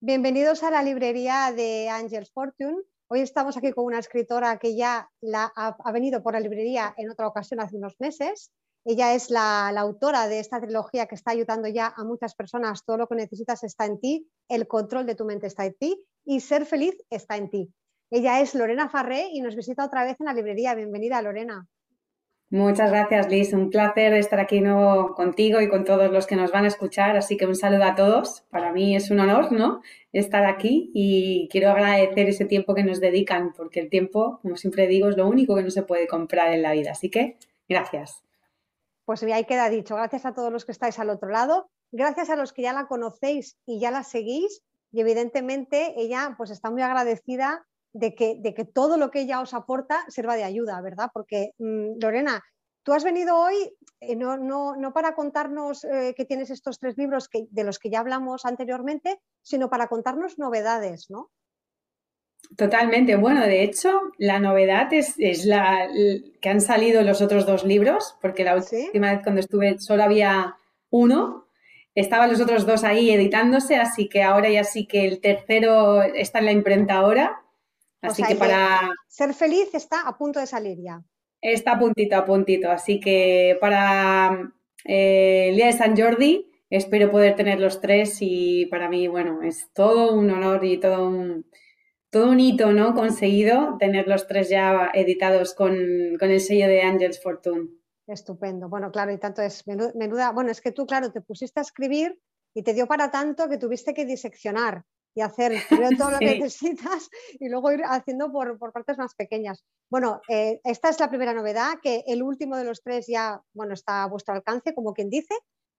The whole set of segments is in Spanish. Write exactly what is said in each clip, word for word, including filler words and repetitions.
Bienvenidos a la librería de Angel Fortune. Hoy estamos aquí con una escritora que ya la, ha, ha venido por la librería en otra ocasión hace unos meses. Ella es la, la autora de esta trilogía que está ayudando ya a muchas personas. Todo lo que necesitas está en ti, el control de tu mente está en ti y ser feliz está en ti. Ella es Lorena Farré y nos visita otra vez en la librería. Bienvenida, Lorena. Muchas gracias, Liz. Un placer estar aquí de nuevo contigo y con todos los que nos van a escuchar. Así que un saludo a todos. Para mí es un honor, ¿no?, estar aquí y quiero agradecer ese tiempo que nos dedican, porque el tiempo, como siempre digo, es lo único que no se puede comprar en la vida. Así que, gracias. Pues ahí queda dicho. Gracias a todos los que estáis al otro lado. Gracias a los que ya la conocéis y ya la seguís. Y evidentemente ella pues está muy agradecida de que, de que todo lo que ella os aporta sirva de ayuda, ¿verdad? Porque, mmm, Lorena, tú has venido hoy eh, no, no, no para contarnos eh, que tienes estos tres libros que, de los que ya hablamos anteriormente, sino para contarnos novedades, ¿no? Totalmente. Bueno, de hecho, la novedad es, es la, que han salido los otros dos libros, porque la ¿Sí? última vez cuando estuve solo había uno, estaban los otros dos ahí editándose, así que ahora ya sí que el tercero está en la imprenta ahora, O así sea, que el de para... Ser feliz está a punto de salir ya. Está a puntito a puntito, así que para eh, el día de San Jordi espero poder tener los tres y para mí, bueno, es todo un honor y todo un, todo un hito, ¿no?, conseguido tener los tres ya editados con, con el sello de Angels Fortune. Estupendo. Bueno, claro, y tanto es menuda. Bueno, es que tú, claro, te pusiste a escribir y te dio para tanto que tuviste que diseccionar y hacer primero todo lo que Sí. necesitas y luego ir haciendo por, por partes más pequeñas. Bueno, eh, esta es la primera novedad, que el último de los tres ya, bueno, está a vuestro alcance, como quien dice.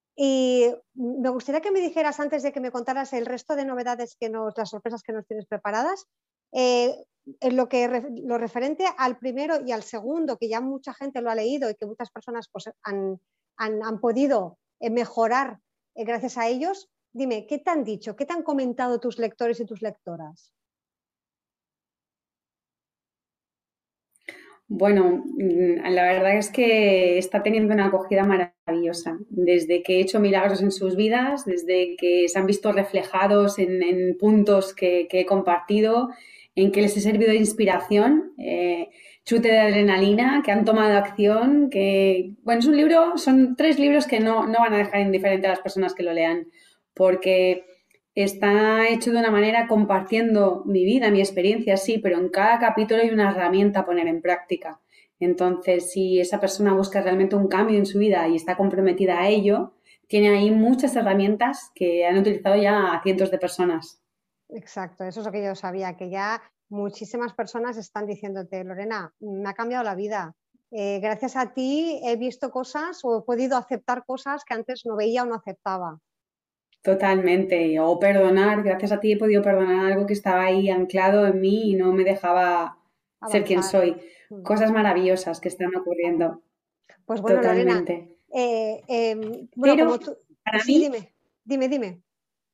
Y me gustaría que me dijeras, antes de que me contaras el resto de novedades, que nos, las sorpresas que nos tienes preparadas, eh, en lo que lo referente al primero y al segundo, que ya mucha gente lo ha leído y que muchas personas pues, han, han, han podido mejorar eh, gracias a ellos. Dime, ¿qué te han dicho? ¿Qué te han comentado tus lectores y tus lectoras? Bueno, la verdad es que está teniendo una acogida maravillosa. Desde que he hecho milagros en sus vidas, desde que se han visto reflejados en, en puntos que, que, he compartido, en que les he servido de inspiración, eh, chute de adrenalina, que han tomado acción, que, bueno, es un libro, son tres libros que no, no van a dejar indiferente a las personas que lo lean, porque está hecho de una manera compartiendo mi vida, mi experiencia, sí, pero en cada capítulo hay una herramienta a poner en práctica. Entonces, si esa persona busca realmente un cambio en su vida y está comprometida a ello, tiene ahí muchas herramientas que han utilizado ya a cientos de personas. Exacto, eso es lo que yo sabía, que ya muchísimas personas están diciéndote, Lorena, me ha cambiado la vida. Eh, gracias a ti he visto cosas o he podido aceptar cosas que antes no veía o no aceptaba. Totalmente. O perdonar, gracias a ti he podido perdonar algo que estaba ahí anclado en mí y no me dejaba ser quien Avanzar. soy. Cosas maravillosas que están ocurriendo. Pues bueno, Lorena, Totalmente. eh, eh, bueno, Pero como tú, para sí, mí... dime, dime, dime.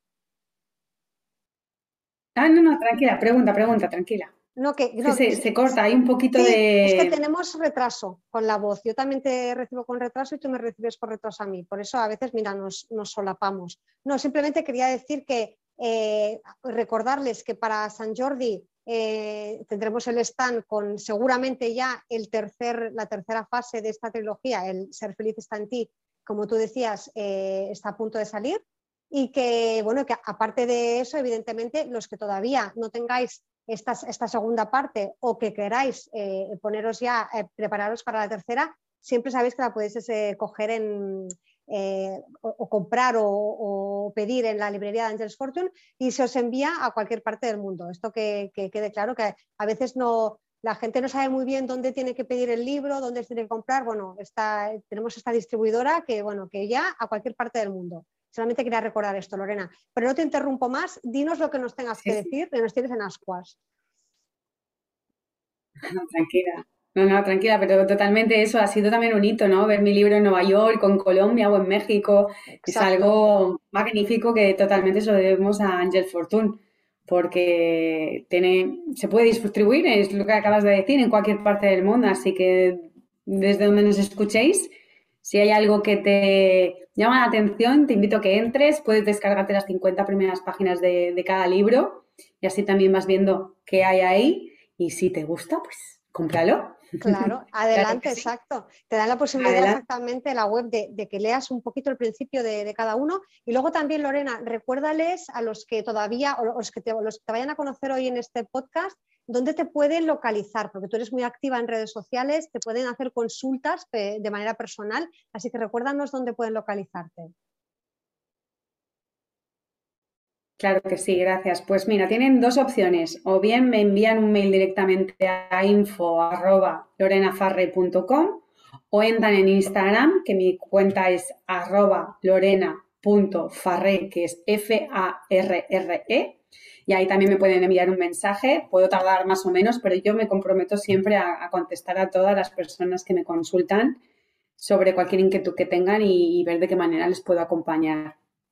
Ah, no, no, tranquila, pregunta, pregunta, tranquila. No, que, Es que no, se, se corta, hay un poquito sí, es que de... tenemos retraso con la voz. Yo también te recibo con retraso y tú me recibes con retraso a mí. Por eso a veces, mira, nos, nos solapamos. No, simplemente quería decir que eh, recordarles que para San Jordi eh, tendremos el stand con seguramente ya el tercer, la tercera fase de esta trilogía, el Ser feliz está en ti, como tú decías, eh, está a punto de salir. Y que, bueno, que aparte de eso, evidentemente, los que todavía no tengáis esta, esta segunda parte o que queráis eh, poneros ya, eh, prepararos para la tercera, siempre sabéis que la podéis eh, coger en, eh, o, o, comprar o, o, pedir en la librería de Angels Fortune y se os envía a cualquier parte del mundo. Esto que, que quede claro, que a veces no, la gente no sabe muy bien dónde tiene que pedir el libro, dónde se tiene que comprar. Bueno, esta, tenemos esta distribuidora que, bueno, que ya a cualquier parte del mundo. Solamente quería recordar esto, Lorena. Pero no te interrumpo más. Dinos lo que nos tengas Sí, que sí, decir, que nos tienes en ascuas. no, tranquila. No, no, tranquila, pero totalmente eso ha sido también un hito, ¿no? Ver mi libro en Nueva York, o en Colombia, o en México, es Exacto. algo magnífico que totalmente se lo debemos a Angel Fortune, porque tiene, se puede distribuir, es lo que acabas de decir, en cualquier parte del mundo, así que desde donde nos escuchéis, Si hay algo que te llama la atención, te invito a que entres, puedes descargarte las cincuenta primeras páginas de, de cada libro y así también vas viendo qué hay ahí y si te gusta, pues cómpralo. Claro, Claro adelante, que sí. exacto. Te dan la posibilidad Adelante. exactamente la web de, de que leas un poquito el principio de, de cada uno. Y luego también, Lorena, recuérdales a los que todavía, o los que te, los que te vayan a conocer hoy en este podcast, dónde te pueden localizar, porque tú eres muy activa en redes sociales, te pueden hacer consultas de, de manera personal, así que recuérdanos dónde pueden localizarte. Claro que sí, gracias. Pues mira, tienen dos opciones. O bien me envían un mail directamente a info arroba lorenafarre punto com o entran en Instagram, que mi cuenta es arroba lorena.farre, que es F A R R E. Y ahí también me pueden enviar un mensaje. Puedo tardar más o menos, pero yo me comprometo siempre a, a contestar a todas las personas que me consultan sobre cualquier inquietud que tengan y, y ver de qué manera les puedo acompañar.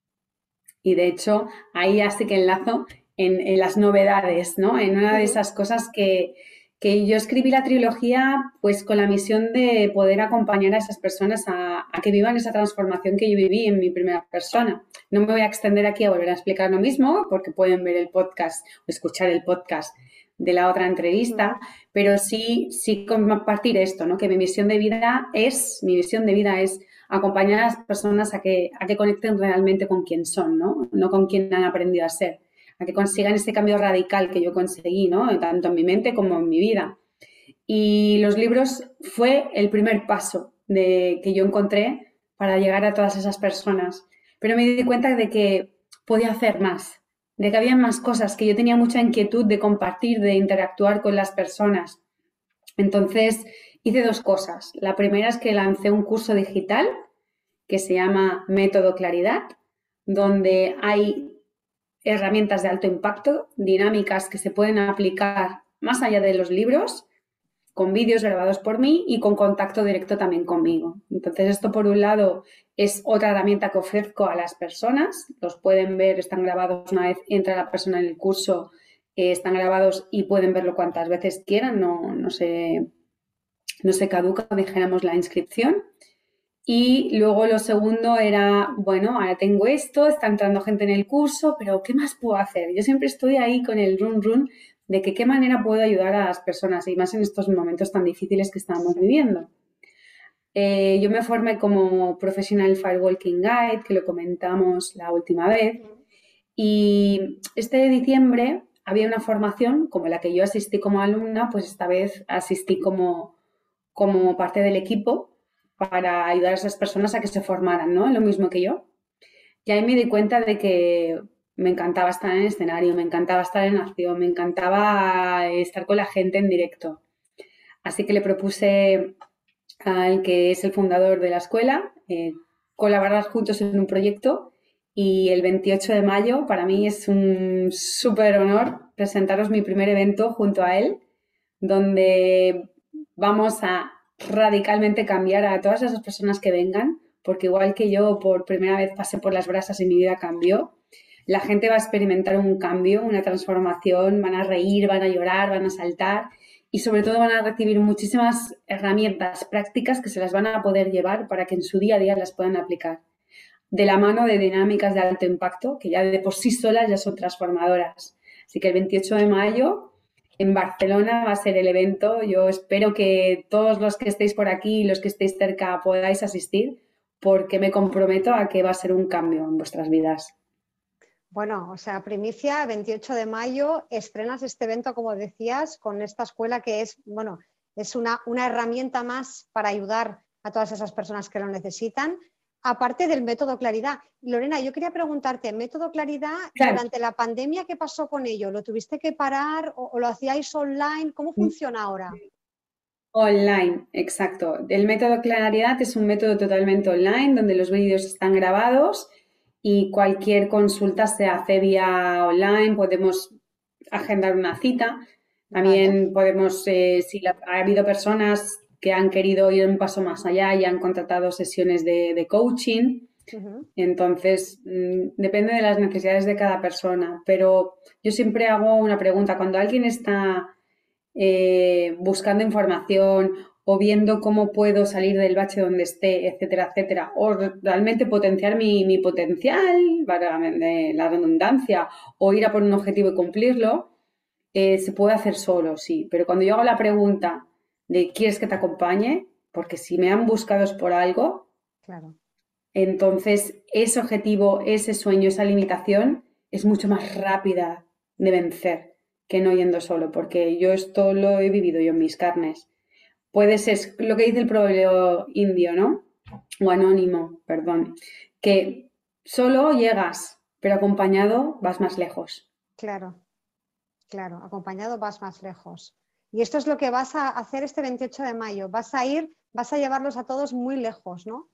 Y de hecho, ahí ya sí que enlazo en, en las novedades, ¿no? En una de Uh-huh. esas cosas que, que yo escribí la trilogía pues con la misión de poder acompañar a esas personas a, a que vivan esa transformación que yo viví en mi primera persona. No me voy a extender aquí a volver a explicar lo mismo porque pueden ver el podcast o escuchar el podcast de la otra entrevista, Uh-huh. pero sí, sí compartir esto, ¿no? Que mi misión de vida es, mi visión de vida es acompañar a las personas a que, a que conecten realmente con quién son, ¿no? No con quién han aprendido a ser, a que consigan ese cambio radical que yo conseguí, ¿no? Tanto en mi mente como en mi vida. Y los libros fue el primer paso de, que yo encontré para llegar a todas esas personas. Pero me di cuenta de que podía hacer más, de que había más cosas, que yo tenía mucha inquietud de compartir, de interactuar con las personas. Entonces hice dos cosas. La primera es que lancé un curso digital que se llama Método Claridad, donde hay herramientas de alto impacto, dinámicas que se pueden aplicar más allá de los libros, con vídeos grabados por mí y con contacto directo también conmigo. Entonces, esto por un lado es otra herramienta que ofrezco a las personas. Los pueden ver, están grabados una vez entra la persona en el curso, eh, están grabados y pueden verlo cuantas veces quieran, no, no, se, no se caduca, dijéramos, la inscripción. Y luego lo segundo era, bueno, ahora tengo esto, está entrando gente en el curso, pero ¿qué más puedo hacer? Yo siempre estoy ahí con el run run de que qué manera puedo ayudar a las personas y más en estos momentos tan difíciles que estamos viviendo. Eh, yo me formé como Professional Firewalking Guide, que lo comentamos la última vez, y este diciembre había una formación como la que yo asistí como alumna, pues esta vez asistí como, como parte del equipo para ayudar a esas personas a que se formaran, ¿no? Lo mismo que yo. Y ahí me di cuenta de que me encantaba estar en el escenario, me encantaba estar en acción, me encantaba estar con la gente en directo. Así que le propuse al que es el fundador de la escuela eh, colaborar juntos en un proyecto y el veintiocho de mayo para mí es un súper honor presentaros mi primer evento junto a él, donde vamos a radicalmente cambiar a todas esas personas que vengan, porque igual que yo por primera vez pasé por las brasas y mi vida cambió, la gente va a experimentar un cambio, una transformación, van a reír, van a llorar, van a saltar y sobre todo van a recibir muchísimas herramientas prácticas que se las van a poder llevar para que en su día a día las puedan aplicar. De la mano de dinámicas de alto impacto, que ya de por sí solas ya son transformadoras. Así que el veintiocho de mayo en Barcelona va a ser el evento. Yo espero que todos los que estéis por aquí y los que estéis cerca podáis asistir, porque me comprometo a que va a ser un cambio en vuestras vidas. Bueno, o sea, primicia, veintiocho de mayo, estrenas este evento, como decías, con esta escuela que es, bueno, es una, una herramienta más para ayudar a todas esas personas que lo necesitan, aparte del método Claridad. Lorena, yo quería preguntarte, método Claridad, Claro. durante la pandemia, ¿qué pasó con ello? ¿Lo tuviste que parar o, o lo hacíais online? ¿Cómo funciona ahora? Online, exacto. El método Claridad es un método totalmente online donde los vídeos están grabados y cualquier consulta se hace vía online. Podemos agendar una cita. Vale. También podemos, eh, si la, ha habido personas que han querido ir un paso más allá y han contratado sesiones de, de coaching. Uh-huh. Entonces, mmm, depende de las necesidades de cada persona. Pero yo siempre hago una pregunta. Cuando alguien está eh, buscando información o viendo cómo puedo salir del bache donde esté, etcétera, etcétera, o realmente potenciar mi, mi potencial, para la redundancia, o ir a por un objetivo y cumplirlo, eh, se puede hacer solo, sí. Pero cuando yo hago la pregunta de ¿quieres que te acompañe? Porque si me han buscado es por algo, Claro. entonces ese objetivo, ese sueño, esa limitación es mucho más rápida de vencer que no yendo solo, porque yo esto lo he vivido yo en mis carnes. Puede ser lo que dice el proverbio indio, ¿no? O anónimo, perdón, que solo llegas, pero acompañado vas más lejos. Claro, claro, acompañado vas más lejos. Y esto es lo que vas a hacer este veintiocho de mayo. Vas a ir, vas a llevarlos a todos muy lejos, ¿no?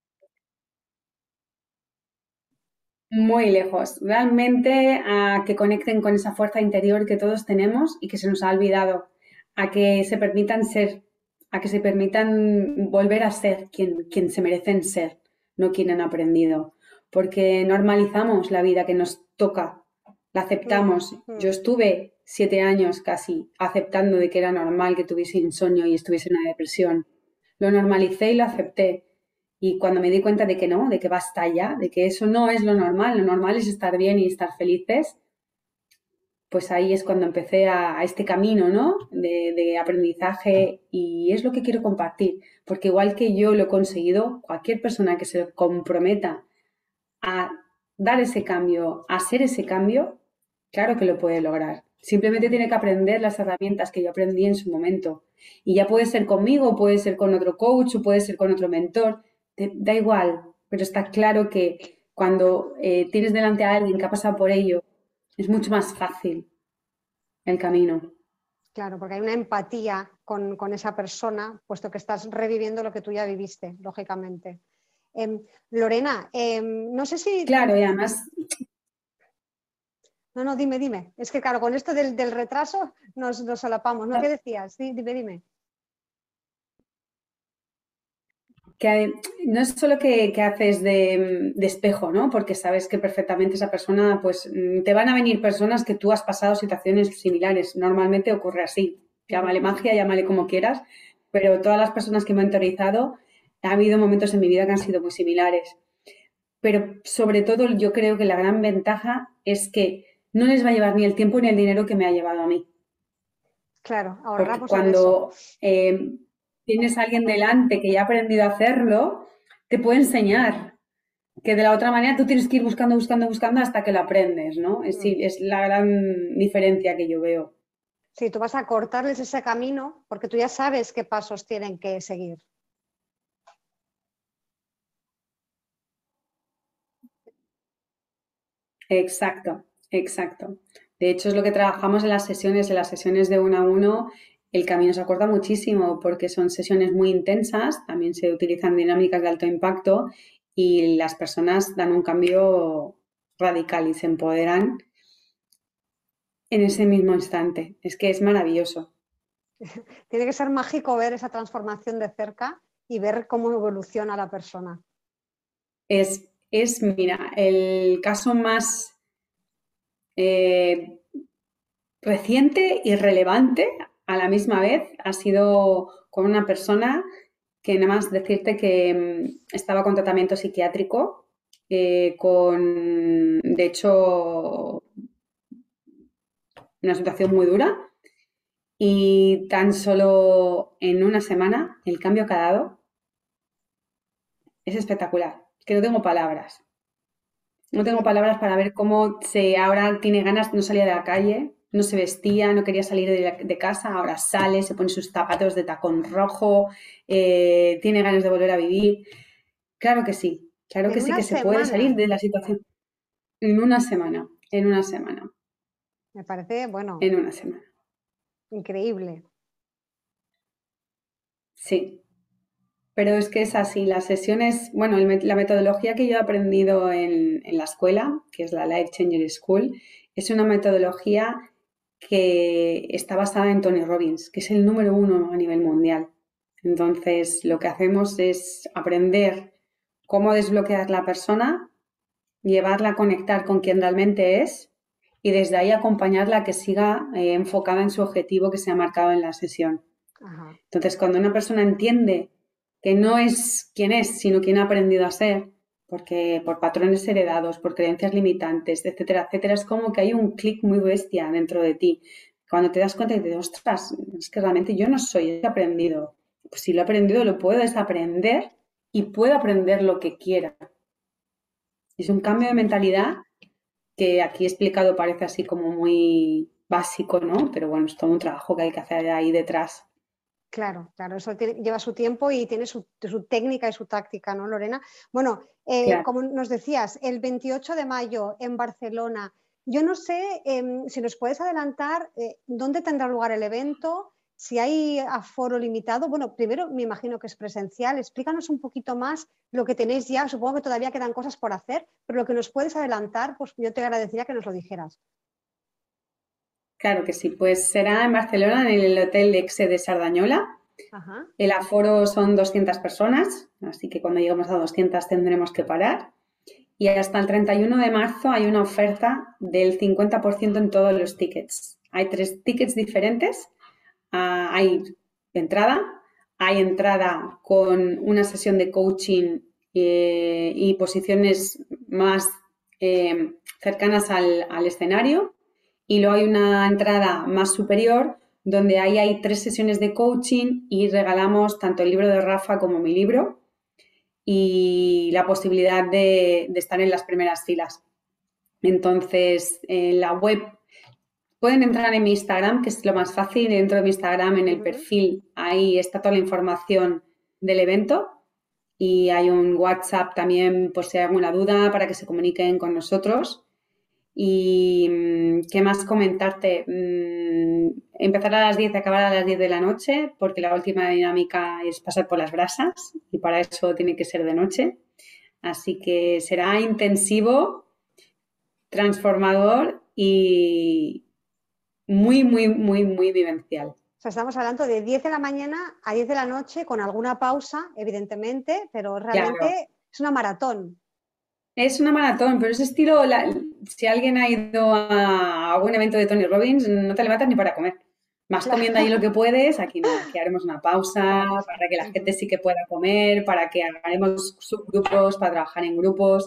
Muy lejos, realmente a que conecten con esa fuerza interior que todos tenemos y que se nos ha olvidado, a que se permitan ser, a que se permitan volver a ser quien, quien se merecen ser, no quien han aprendido, porque normalizamos la vida que nos toca, la Mm, aceptamos. Yo mm. estuve siete años casi aceptando de que era normal que tuviese insomnio y estuviese en una depresión. Lo normalicé y lo acepté. Y cuando me di cuenta de que no, de que basta ya, de que eso no es lo normal, lo normal es estar bien y estar felices, pues ahí es cuando empecé a, a este camino, ¿no? De, de aprendizaje y es lo que quiero compartir, porque igual que yo lo he conseguido, cualquier persona que se comprometa a dar ese cambio, a hacer ese cambio, claro que lo puede lograr. Simplemente tiene que aprender las herramientas que yo aprendí en su momento. Y ya puede ser conmigo, puede ser con otro coach, o puede ser con otro mentor, te, da igual, pero está claro que cuando eh, tienes delante a alguien que ha pasado por ello, es mucho más fácil el camino. Claro, porque hay una empatía con, con esa persona, puesto que estás reviviendo lo que tú ya viviste, lógicamente. Em, Lorena, em, no sé si... Claro, y además No, no, dime, dime. Es que claro, con esto del, del retraso nos, nos solapamos, ¿no? ¿Qué decías? Sí, dime, dime. que no es solo que, que haces de, de, espejo, ¿no? Porque sabes que perfectamente esa persona, pues te van a venir personas que tú has pasado situaciones similares. Normalmente ocurre así. Llámale magia, llámale como quieras, pero todas las personas que me han mentorizado, ha habido momentos en mi vida que han sido muy similares. Pero sobre todo yo creo que la gran ventaja es que no les va a llevar ni el tiempo ni el dinero que me ha llevado a mí. Claro, Porque ahorramos en eso. cuando eh, tienes a alguien delante que ya ha aprendido a hacerlo, te puede enseñar. Que de la otra manera tú tienes que ir buscando, buscando, buscando hasta que lo aprendes, ¿no? Es, Mm. sí, es la gran diferencia que yo veo. Sí, tú vas a cortarles ese camino porque tú ya sabes qué pasos tienen que seguir. Exacto, exacto. De hecho, es lo que trabajamos en las sesiones, en las sesiones de uno a uno. El camino se acorta muchísimo porque son sesiones muy intensas, también se utilizan dinámicas de alto impacto y las personas dan un cambio radical y se empoderan en ese mismo instante. Es que es maravilloso. Tiene que ser mágico ver esa transformación de cerca y ver cómo evoluciona la persona. Es, es mira, el caso más eh, reciente y relevante a la misma vez ha sido con una persona que nada más decirte que mm, estaba con tratamiento psiquiátrico, eh, con, de hecho, una situación muy dura y tan solo en una semana el cambio que ha dado es espectacular, que no tengo palabras. No tengo palabras para ver cómo se ahora tiene ganas, no salía de la calle, no se vestía, no quería salir de, la, de casa, ahora sale, se pone sus zapatos de tacón rojo, eh, tiene ganas de volver a vivir. Claro que sí, claro que En sí una que se puede semana, salir de la situación en una semana, en una semana, me parece, bueno, en una semana. increíble. Sí, pero es que es así, las sesiones, bueno, el, la metodología que yo he aprendido en, en la escuela, que es la Life Changer School, es una metodología que está basada en Tony Robbins, que es el número uno a nivel mundial. Entonces, lo que hacemos es aprender cómo desbloquear la persona, llevarla a conectar con quien realmente es y desde ahí acompañarla a que siga eh, enfocada en su objetivo que se ha marcado en la sesión. Ajá. Entonces, cuando una persona entiende que no es quien es, sino quien ha aprendido a ser, porque por patrones heredados, por creencias limitantes, etcétera, etcétera, es como que hay un clic muy bestia dentro de ti. Cuando te das cuenta y te dices, ostras, es que realmente yo no soy, he aprendido. Pues si lo he aprendido, lo puedo desaprender y puedo aprender lo que quiera. Es un cambio de mentalidad que aquí explicado parece así como muy básico, ¿no? Pero bueno, es todo un trabajo que hay que hacer ahí detrás. Claro, claro, eso tiene- lleva su tiempo y tiene su, su técnica y su táctica, ¿no, Lorena? Bueno, eh, Claro. como nos decías, el veintiocho de mayo en Barcelona, yo no sé eh, si nos puedes adelantar eh, dónde tendrá lugar el evento, si hay aforo limitado. Bueno, primero me imagino que es presencial. Explícanos un poquito más lo que tenéis ya. Supongo que todavía quedan cosas por hacer, pero lo que nos puedes adelantar, pues yo te agradecería que nos lo dijeras. Claro que sí, pues será en Barcelona, en el Hotel Exe de Sardañola. Ajá. El aforo son doscientas personas, así que cuando lleguemos a doscientas tendremos que parar. Y hasta el treinta y uno de marzo hay una oferta del cincuenta por ciento en todos los tickets. Hay tres tickets diferentes. Uh, hay entrada, hay entrada con una sesión de coaching eh, y posiciones más eh, cercanas al, al escenario. Y luego hay una entrada más superior donde ahí hay tres sesiones de coaching y regalamos tanto el libro de Rafa como mi libro y la posibilidad de, de estar en las primeras filas. Entonces, en la web pueden entrar en mi Instagram, que es lo más fácil. Dentro de mi Instagram, en el Uh-huh. perfil, ahí está toda la información del evento y hay un WhatsApp también por si hay alguna duda para que se comuniquen con nosotros. Y qué más comentarte, empezar a las diez y acabar a las diez de la noche, porque la última dinámica es pasar por las brasas y para eso tiene que ser de noche. Así que será intensivo, transformador y muy, muy, muy, muy vivencial. O sea, estamos hablando de diez de la mañana a diez de la noche, con alguna pausa, evidentemente, pero realmente Claro. es una maratón. Es una maratón, pero ese estilo, la, si alguien ha ido a algún evento de Tony Robbins, no te levantas ni para comer. Vas Claro. comiendo ahí lo que puedes, aquí no, aquí haremos una pausa Pausa. para que la gente Uh-huh. sí que pueda comer, para que haremos subgrupos, para trabajar en grupos.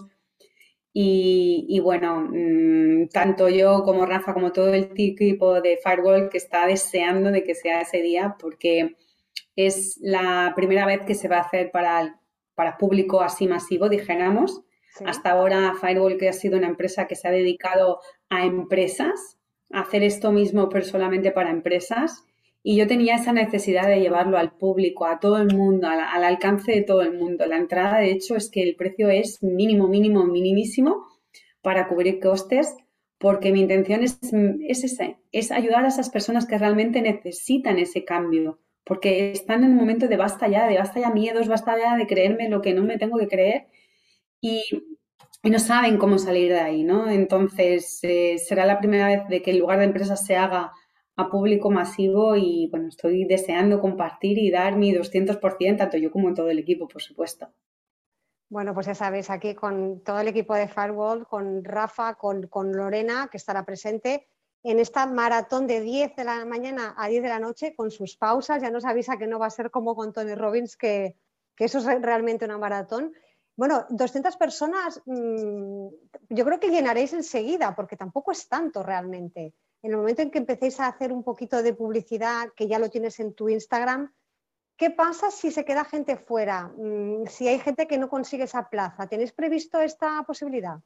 Y, y bueno, mmm, tanto yo como Rafa, como todo el equipo de Firewall que está deseando de que sea ese día, porque es la primera vez que se va a hacer para, para público así masivo, dijéramos. Sí. Hasta ahora Firewall, que ha sido una empresa que se ha dedicado a empresas, a hacer esto mismo, pero solamente para empresas. Y yo tenía esa necesidad de llevarlo al público, a todo el mundo, al, al alcance de todo el mundo. La entrada, de hecho, es que el precio es mínimo, mínimo, minimísimo para cubrir costes, porque mi intención es, es ese, es ayudar a esas personas que realmente necesitan ese cambio, porque están en un momento de basta ya, de basta ya miedos, basta ya de creerme lo que no me tengo que creer y, y no saben cómo salir de ahí, ¿no? Entonces, eh, será la primera vez de que el lugar de empresas se haga a público masivo y, bueno, estoy deseando compartir y dar mi doscientos por ciento, tanto yo como todo el equipo, por supuesto. Bueno, pues ya sabéis, aquí con todo el equipo de Firewall, con Rafa, con, con Lorena, que estará presente en esta maratón de diez de la mañana a diez de la noche, con sus pausas. Ya nos avisa que no va a ser como con Tony Robbins, que, que eso es realmente una maratón. Bueno, doscientas personas, mmm, yo creo que llenaréis enseguida, porque tampoco es tanto realmente. En el momento en que empecéis a hacer un poquito de publicidad, que ya lo tienes en tu Instagram, ¿qué pasa si se queda gente fuera? Si hay gente que no consigue esa plaza, ¿tenéis previsto esta posibilidad?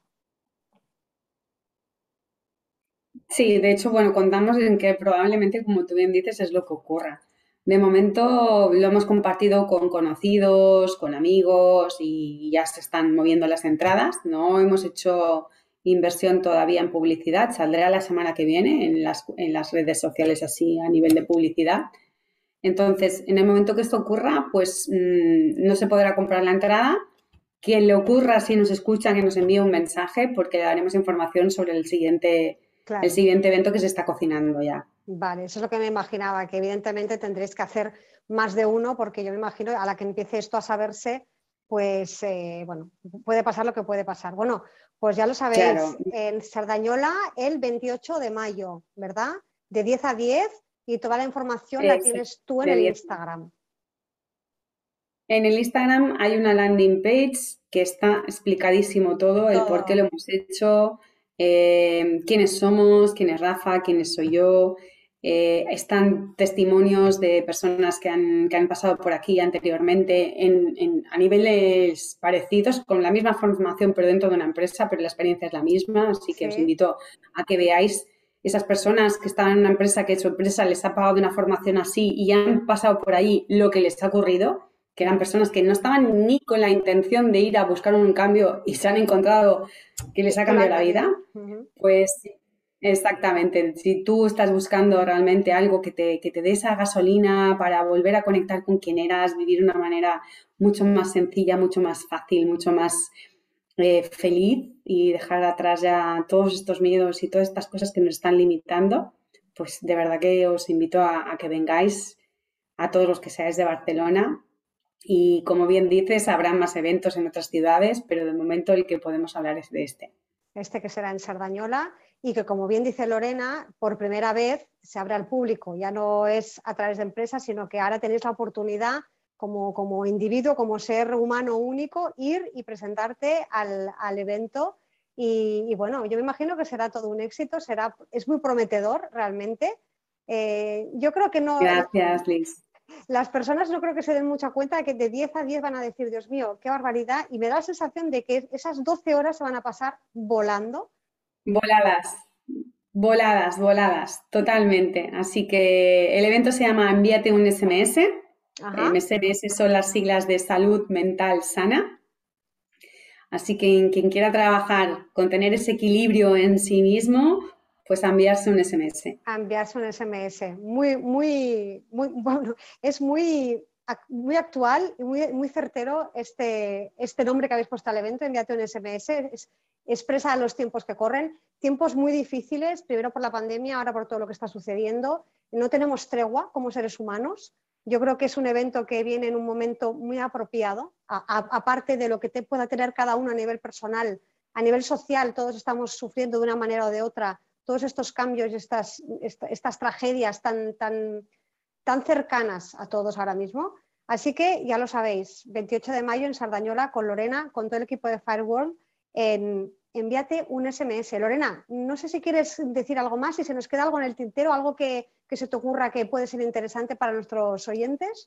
Sí, de hecho, bueno, contamos en que probablemente, como tú bien dices, es lo que ocurra. De momento lo hemos compartido con conocidos, con amigos y ya se están moviendo las entradas. No hemos hecho inversión todavía en publicidad, saldrá la semana que viene en las, en las redes sociales así a nivel de publicidad. Entonces, en el momento que esto ocurra, pues mmm, no se podrá comprar la entrada. Quien le ocurra, si nos escucha, que nos envíe un mensaje porque le daremos información sobre el siguiente, Claro. el siguiente evento que se está cocinando ya. Vale, eso es lo que me imaginaba, que evidentemente tendréis que hacer más de uno, porque yo me imagino a la que empiece esto a saberse, pues eh, bueno, puede pasar lo que puede pasar. Bueno, pues ya lo sabéis, Claro. en Sardañola el veintiocho de mayo, ¿verdad? De diez a diez, y toda la información la Eh, tienes tú en de el diez. Instagram. En el Instagram hay una landing page que está explicadísimo todo, el por qué Todo. lo hemos hecho, eh, quiénes somos, quién es Rafa, quién soy yo. Eh, están testimonios de personas que han, que han pasado por aquí anteriormente en, en, a niveles parecidos, con la misma formación, pero dentro de una empresa, pero la experiencia es la misma. Así que os Sí. invito a que veáis esas personas que estaban en una empresa, que su empresa les ha pagado una formación así y han pasado por ahí lo que les ha ocurrido, que eran personas que no estaban ni con la intención de ir a buscar un cambio y se han encontrado que les ha Que lo cambiado han la vida, tenido. Uh-huh. pues exactamente. Si tú estás buscando realmente algo que te, que te dé esa gasolina para volver a conectar con quien eras, vivir de una manera mucho más sencilla, mucho más fácil, mucho más eh, feliz y dejar atrás ya todos estos miedos y todas estas cosas que nos están limitando, pues de verdad que os invito a, a que vengáis, a todos los que seáis de Barcelona. Y como bien dices, habrá más eventos en otras ciudades, pero de momento el que podemos hablar es de este. Este que será en Sardañola y que, como bien dice Lorena, por primera vez se abre al público. Ya no es a través de empresas, sino que ahora tenéis la oportunidad como, como individuo, como ser humano único, ir y presentarte al, al evento. Y, y bueno, yo me imagino que será todo un éxito, será, es muy prometedor realmente. Eh, yo creo que no... Gracias, Liz. Las personas no creo que se den mucha cuenta de que de diez a diez van a decir, Dios mío, qué barbaridad, y me da la sensación de que esas doce horas se van a pasar volando. Voladas, voladas, voladas, totalmente. Así que el evento se llama Envíate un S M S. Ajá. S M S son las siglas de Salud Mental Sana. Así que quien quiera trabajar con tener ese equilibrio en sí mismo, pues a enviarse un S M S. A enviarse un S M S. Muy, muy, muy, bueno, es muy, muy actual y muy, muy certero este, este nombre que habéis puesto al evento, Envíate un S M S. Es, expresa los tiempos que corren, tiempos muy difíciles, primero por la pandemia, ahora por todo lo que está sucediendo. No tenemos tregua como seres humanos. Yo creo que es un evento que viene en un momento muy apropiado, aparte de lo que te pueda tener cada uno a nivel personal, a nivel social, todos estamos sufriendo de una manera o de otra todos estos cambios y estas, estas tragedias tan, tan, tan cercanas a todos ahora mismo. Así que ya lo sabéis, veintiocho de mayo en Sardañola con Lorena, con todo el equipo de Fireworld, en, envíate un S M S. Lorena, no sé si quieres decir algo más, si se nos queda algo en el tintero, algo que, que se te ocurra que puede ser interesante para nuestros oyentes.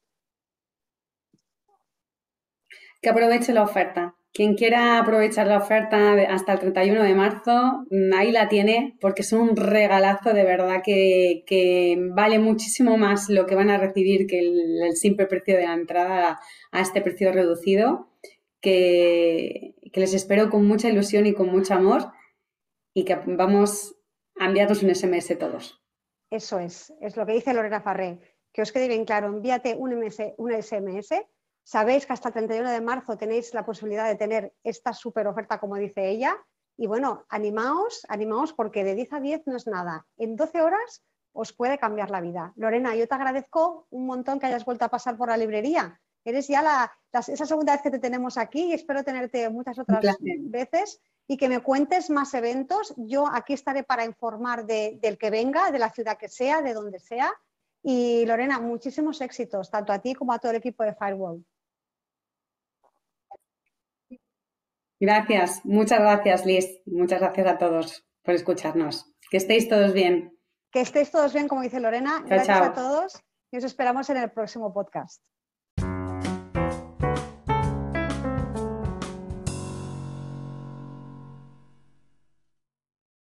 Que aproveche la oferta. Quien quiera aprovechar la oferta hasta el treinta y uno de marzo, ahí la tiene, porque es un regalazo de verdad que, que vale muchísimo más lo que van a recibir que el, el simple precio de la entrada a, a este precio reducido, que, que les espero con mucha ilusión y con mucho amor y que vamos a enviarnos un S M S todos. Eso es, es lo que dice Lorena Farré, que os quede bien claro, envíate un, M S, un S M S. Sabéis que hasta el treinta y uno de marzo tenéis la posibilidad de tener esta súper oferta, como dice ella. Y bueno, animaos, animaos porque de diez a diez no es nada. En doce horas os puede cambiar la vida. Lorena, yo te agradezco un montón que hayas vuelto a pasar por la librería. Eres ya la, la, esa segunda vez que te tenemos aquí y espero tenerte muchas otras veces y que me cuentes más eventos. Yo aquí estaré para informar de, del que venga, de la ciudad que sea, de donde sea. Y Lorena, muchísimos éxitos, tanto a ti como a todo el equipo de Fireworld. Gracias, muchas gracias, Liz. Muchas gracias a todos por escucharnos. Que estéis todos bien. Que estéis todos bien, como dice Lorena. Chao, Gracias chao. a todos y os esperamos en el próximo podcast.